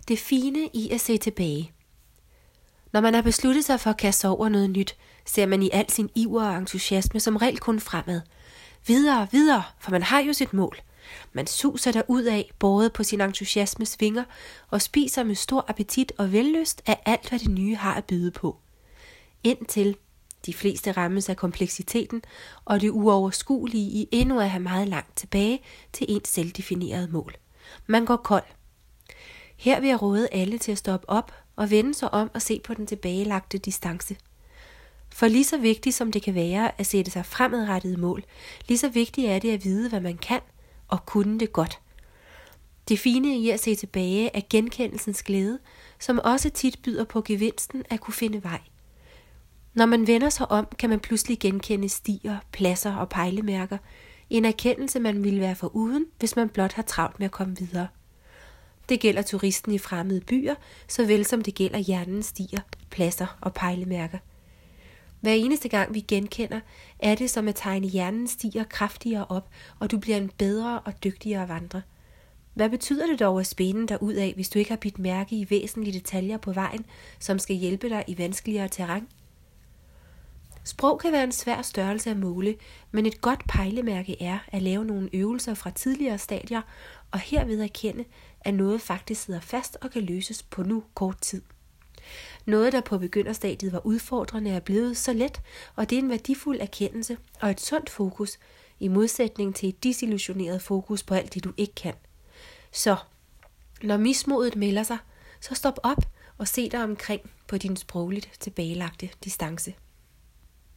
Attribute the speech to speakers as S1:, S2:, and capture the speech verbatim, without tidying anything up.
S1: Det fine i at se tilbage. Når man har besluttet sig for at kaste sig over noget nyt, ser man i al sin iver og entusiasme som regel kun fremad. Videre, videre, for man har jo sit mål. Man suser derud af, båret på sin entusiasmes vinger, og spiser med stor appetit og vellyst af alt, hvad det nye har at byde på. Indtil de fleste rammes af kompleksiteten og det uoverskuelige i endnu at have meget langt tilbage til ens selvdefinerede mål. Man går kold. Her vil jeg råde alle til at stoppe op og vende sig om og se på den tilbagelagte distance. For lige så vigtigt som det kan være at sætte sig fremadrettede mål, lige så vigtigt er det at vide, hvad man kan og kunne det godt. Det fine i at se tilbage er genkendelsens glæde, som også tit byder på gevinsten at kunne finde vej. Når man vender sig om, kan man pludselig genkende stier, pladser og pejlemærker, en erkendelse man ville være foruden, hvis man blot har travlt med at komme videre. Det gælder turisten i fremmede byer, såvel som det gælder hjernens stier, pladser og pejlemærker. Hver eneste gang vi genkender, er det som at tegne hjernens stier kraftigere op, og du bliver en bedre og dygtigere vandrer. Hvad betyder det dog at spænde dig ud af, hvis du ikke har bidt mærke i væsentlige detaljer på vejen, som skal hjælpe dig i vanskeligere terræn? Sprog kan være en svær størrelse at måle, men et godt pejlemærke er at lave nogle øvelser fra tidligere stadier, og herved erkende, at noget faktisk sidder fast og kan løses på nu kort tid. Noget, der på begynderstadiet var udfordrende, er blevet så let, og det er en værdifuld erkendelse og et sundt fokus, i modsætning til et disillusioneret fokus på alt det, du ikke kan. Så, når mismodet melder sig, så stop op og se dig omkring på din sprogligt tilbagelagte distance.